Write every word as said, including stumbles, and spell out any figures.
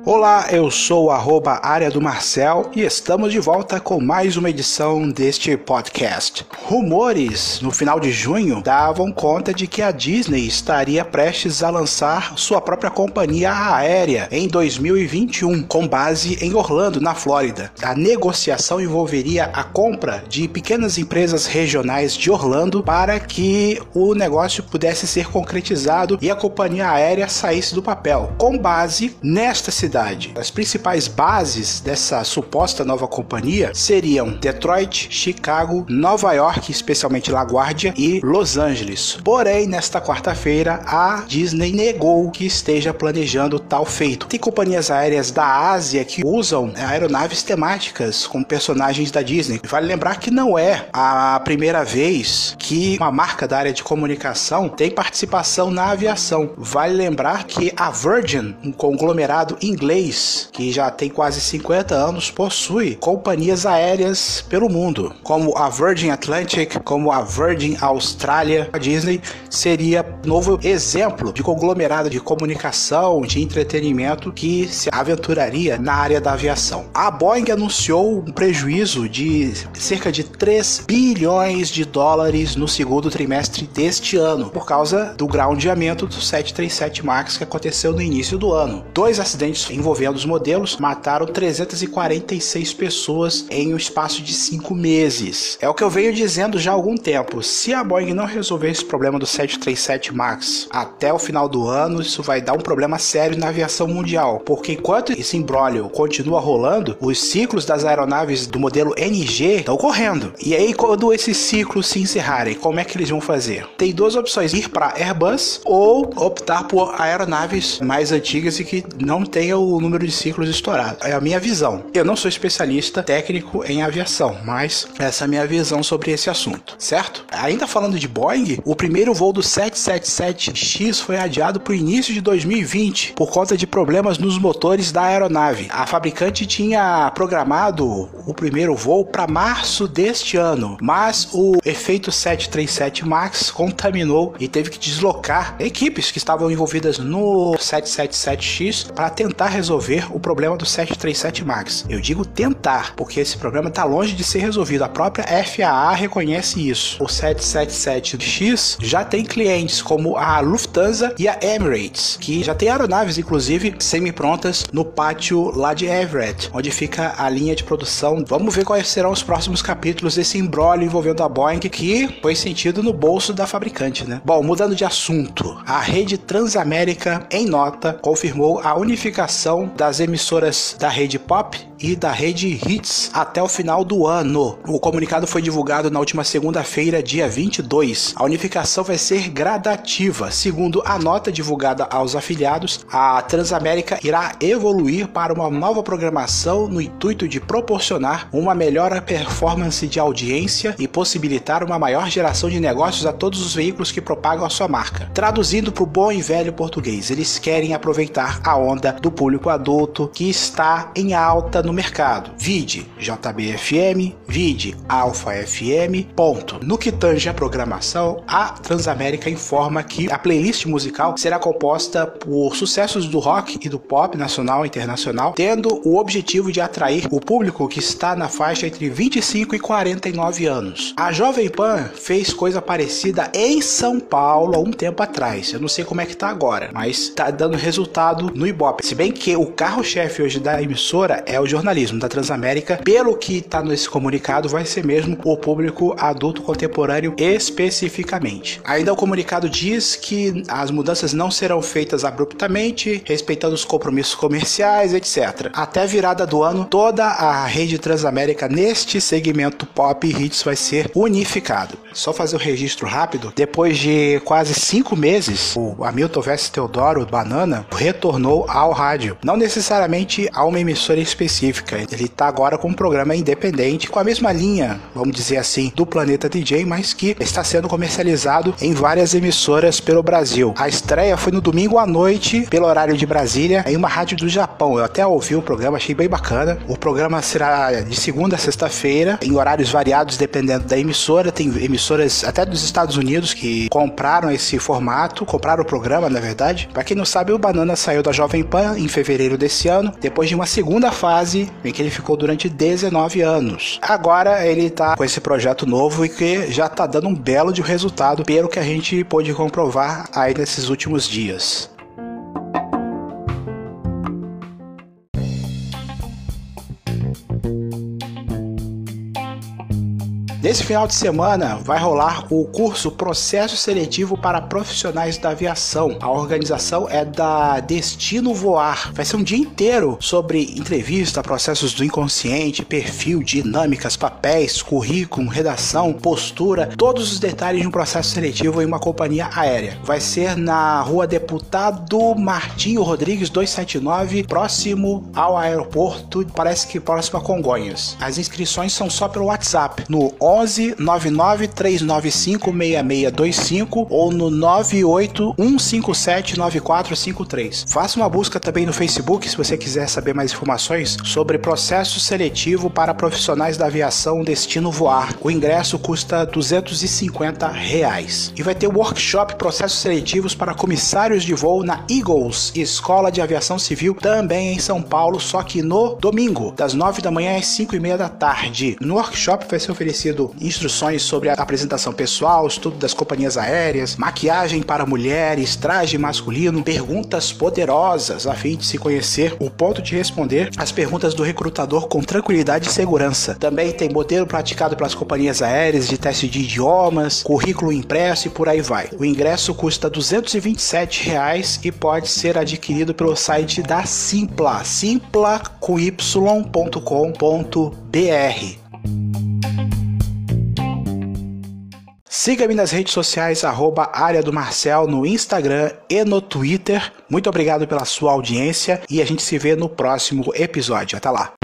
Olá, eu sou o arroba área do Marcel e estamos de volta com mais uma edição deste podcast. Rumores no final de junho davam conta de que a Disney estaria prestes a lançar sua própria companhia aérea em dois mil e vinte e um, com base em Orlando, na Flórida. A negociação envolveria a compra de pequenas empresas regionais de Orlando para que o negócio pudesse ser concretizado e a companhia aérea saísse do papel, com base nesta cidade. As principais bases dessa suposta nova companhia seriam Detroit, Chicago, Nova York, especialmente LaGuardia, e Los Angeles. Porém, nesta quarta-feira, a Disney negou que esteja planejando tal feito. Tem companhias aéreas da Ásia que usam aeronaves temáticas com personagens da Disney. Vale lembrar que não é a primeira vez que uma marca da área de comunicação tem participação na aviação. Vale lembrar que a Virgin, um conglomerado inglês que já tem quase cinquenta anos, possui companhias aéreas pelo mundo, como a Virgin Atlantic, como a Virgin Australia. A Disney seria novo exemplo de conglomerado de comunicação, de entretenimento que se aventuraria na área da aviação. A Boeing anunciou um prejuízo de cerca de três bilhões de dólares no segundo trimestre deste ano, por causa do groundamento do sete trinta e sete MAX que aconteceu no início do ano. Dois acidentes envolvendo os modelos mataram trezentas e quarenta e seis pessoas em um espaço de cinco meses. É o que eu venho dizendo já há algum tempo. Se a Boeing não resolver esse problema do sete trinta e sete MAX até o final do ano, isso vai dar um problema sério na aviação mundial, porque enquanto esse imbróglio continua rolando, os ciclos das aeronaves do modelo N G estão correndo. E aí, quando esses ciclos se encerrarem, como é que eles vão fazer? Tem duas opções: ir para Airbus ou optar por aeronaves mais antigas e que não tenham o número de ciclos estourado. É a minha visão. Eu não sou especialista técnico em aviação, mas essa é a minha visão sobre esse assunto, certo? Ainda falando de Boeing, o primeiro voo do sete sete sete X foi adiado para o início de dois mil e vinte por conta de problemas nos motores da aeronave. A fabricante tinha programado o primeiro voo para março deste ano, mas o efeito sete trinta e sete MAX contaminou e teve que deslocar equipes que estavam envolvidas no sete sete sete X para tentar resolver o problema do sete trinta e sete MAX. Eu digo tentar, porque esse problema está longe de ser resolvido. A própria F A A reconhece isso. O sete sete sete X já tem clientes como a Lufthansa e a Emirates, que já tem aeronaves, inclusive, semi-prontas no pátio lá de Everett, onde fica a linha de produção. Vamos ver quais serão os próximos capítulos desse imbróglio envolvendo a Boeing, que foi sentido no bolso da fabricante, né? Bom, mudando de assunto, a rede Transamérica, em nota, confirmou a unificação das emissoras da rede Pop e da rede Hits até o final do ano. O comunicado foi divulgado na última segunda-feira, dia vinte e dois. A unificação vai ser gradativa. Segundo a nota divulgada aos afiliados, a Transamérica irá evoluir para uma nova programação no intuito de proporcionar uma melhor performance de audiência e possibilitar uma maior geração de negócios a todos os veículos que propagam a sua marca. Traduzindo para o bom e velho português, eles querem aproveitar a onda do público adulto que está em alta no mercado. Vide J B F M, vide Alfa F M, ponto. No que tange a programação, a Transamérica informa que a playlist musical será composta por sucessos do rock e do pop nacional e internacional, tendo o objetivo de atrair o público que está na faixa entre vinte e cinco e quarenta e nove anos. A Jovem Pan fez coisa parecida em São Paulo há um tempo atrás. Eu não sei como é que tá agora, mas tá dando resultado no Ibope. Se bem que o carro-chefe hoje da emissora é o jornalismo da Transamérica, pelo que está nesse comunicado, vai ser mesmo o público adulto contemporâneo especificamente. Ainda o comunicado diz que as mudanças não serão feitas abruptamente, respeitando os compromissos comerciais, etcétera. Até a virada do ano, toda a rede Transamérica neste segmento pop e hits vai ser unificado. Só fazer o registro rápido, depois de quase cinco meses, o Hamilton versus Teodoro Banana retornou ao rádio, não necessariamente a uma emissora específica, específica. Ele tá agora com um programa independente, com a mesma linha, vamos dizer assim, do Planeta D J, mas que está sendo comercializado em várias emissoras pelo Brasil. A estreia foi no domingo à noite, pelo horário de Brasília, em uma rádio do Japão. Eu até ouvi o programa, achei bem bacana. O programa será de segunda a sexta-feira, em horários variados dependendo da emissora. Tem emissoras até dos Estados Unidos que compraram esse formato, compraram o programa, na verdade. Pra quem não sabe, o Banana saiu da Jovem Pan em fevereiro desse ano, depois de uma segunda fase em que ele ficou durante dezenove anos. Agora ele tá com esse projeto novo e que já tá dando um belo de resultado, pelo que a gente pôde comprovar aí nesses últimos dias. Nesse final de semana vai rolar o curso Processo Seletivo para Profissionais da Aviação. A organização é da Destino Voar. Vai ser um dia inteiro sobre entrevista, processos do inconsciente, perfil, dinâmicas, papéis, currículo, redação, postura, todos os detalhes de um processo seletivo em uma companhia aérea. Vai ser na Rua Deputado Martinho Rodrigues duzentos e setenta e nove, próximo ao aeroporto, parece que próximo a Congonhas. As inscrições são só pelo WhatsApp, no onze nove nove três nove cinco seis seis dois cinco ou no nove oito um cinco sete nove quatro cinco três. Faça uma busca também no Facebook se você quiser saber mais informações sobre processo seletivo para profissionais da aviação Destino Voar. O ingresso custa duzentos e cinquenta reais. E vai ter workshop Processos Seletivos para comissários de voo na Eagles, Escola de Aviação Civil, também em São Paulo, só que no domingo, das nove da manhã às cinco e meia da tarde. No workshop vai ser oferecido instruções sobre a apresentação pessoal, estudo das companhias aéreas, maquiagem para mulheres, traje masculino, perguntas poderosas a fim de se conhecer o ponto de responder as perguntas do recrutador com tranquilidade e segurança. Também tem modelo praticado pelas companhias aéreas de teste de idiomas, currículo impresso e por aí vai. O ingresso custa duzentos e vinte e sete reais e pode ser adquirido pelo site da Simpla, simpla com y ponto com ponto br. Siga-me nas redes sociais, arroba Área do Marcel, no Instagram e no Twitter. Muito obrigado pela sua audiência e a gente se vê no próximo episódio. Até lá!